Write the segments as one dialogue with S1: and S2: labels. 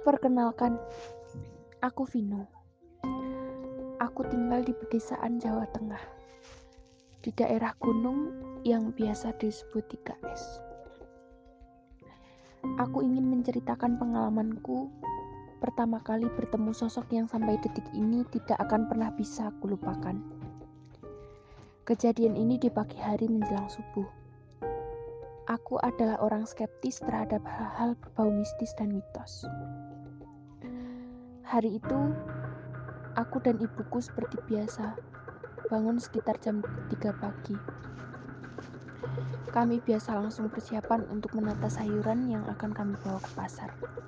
S1: Perkenalkan, aku Vino. Aku tinggal di pedesaan Jawa Tengah, di daerah gunung yang biasa disebut 3S. Aku ingin menceritakan pengalamanku pertama kali bertemu sosok yang sampai detik ini tidak akan pernah bisa aku lupakan. Kejadian ini di pagi hari menjelang subuh. Aku adalah orang skeptis terhadap hal-hal berbau mistis dan mitos. Hari itu, aku dan ibuku seperti biasa, bangun sekitar jam 3 pagi. Kami biasa langsung persiapan untuk menata sayuran yang akan kami bawa ke pasar.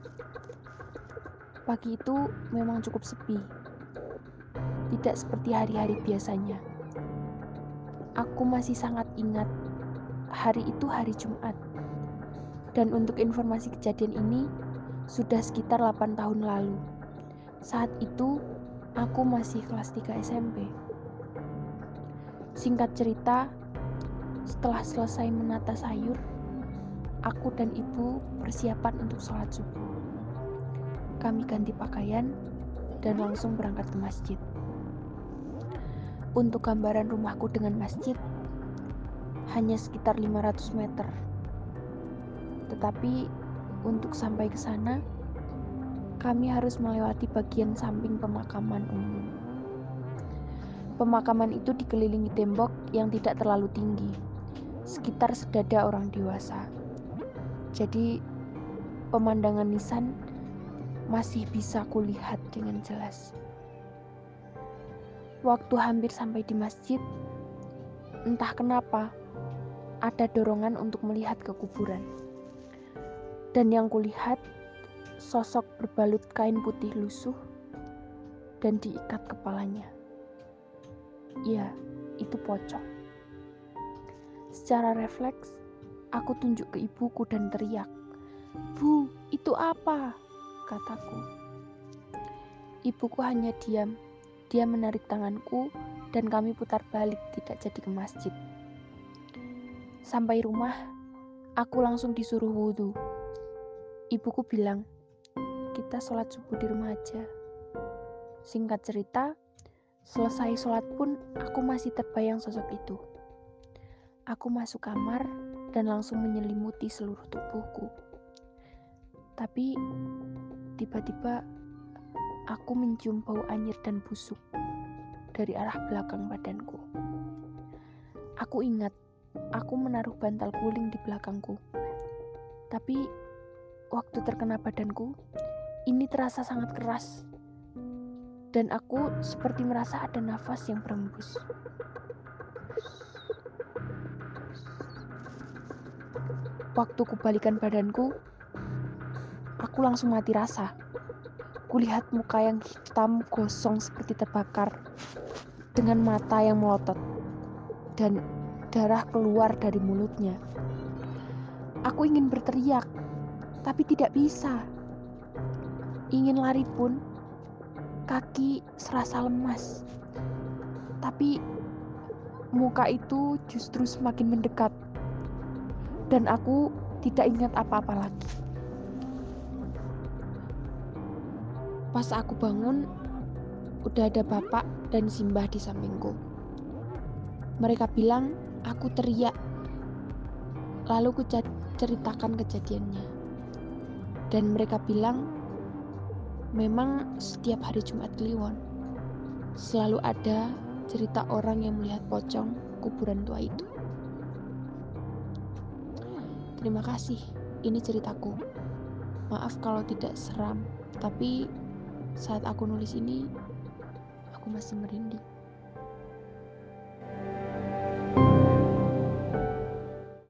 S1: Pagi itu memang cukup sepi, tidak seperti hari-hari biasanya. Aku masih sangat ingat, hari itu hari Jumat. Dan untuk informasi kejadian ini, sudah sekitar 8 tahun lalu. Saat itu, aku masih kelas 3 SMP. Singkat cerita, setelah selesai menata sayur, aku dan ibu persiapan untuk sholat subuh. Kami ganti pakaian dan langsung berangkat ke masjid. Untuk gambaran rumahku dengan masjid, hanya sekitar 500 meter. Tetapi untuk sampai ke sana, kami harus melewati bagian samping pemakaman umum. Pemakaman itu dikelilingi tembok yang tidak terlalu tinggi, sekitar sedada orang dewasa. Jadi, pemandangan nisan masih bisa kulihat dengan jelas. Waktu hampir sampai di masjid, entah kenapa, ada dorongan untuk melihat ke kuburan. Dan yang kulihat, sosok berbalut kain putih lusuh dan diikat kepalanya. Ya, itu pocong. Secara refleks, aku tunjuk ke ibuku dan teriak, "Bu, itu apa?" kataku. Ibuku hanya diam. Dia menarik tanganku dan kami putar balik tidak jadi ke masjid. Sampai rumah, aku langsung disuruh wudhu. Ibuku bilang, "Kita sholat subuh di rumah aja." Singkat cerita, selesai sholat pun aku masih terbayang sosok itu. Aku masuk kamar dan langsung menyelimuti seluruh tubuhku. Tapi tiba-tiba aku mencium bau anyir dan busuk dari arah belakang badanku. Aku ingat, aku menaruh bantal guling di belakangku. Tapi waktu terkena badanku, ini terasa sangat keras. Dan aku seperti merasa ada nafas yang berembus. Waktu kubalikan badanku, aku langsung mati rasa. Kulihat muka yang hitam gosong seperti terbakar, dengan mata yang melotot, dan darah keluar dari mulutnya. Aku ingin berteriak, tapi tidak bisa. Ingin lari pun, kaki serasa lemas. Tapi muka itu justru semakin mendekat. Dan aku tidak ingat apa-apa lagi. Pas aku bangun, udah ada bapak dan simbah di sampingku. Mereka bilang aku teriak. Lalu ku ceritakan kejadiannya. Dan mereka bilang, memang setiap hari Jumat Kliwon selalu ada cerita orang yang melihat pocong kuburan tua itu. Terima kasih, ini ceritaku. Maaf kalau tidak seram, tapi saat aku nulis ini, aku masih merinding.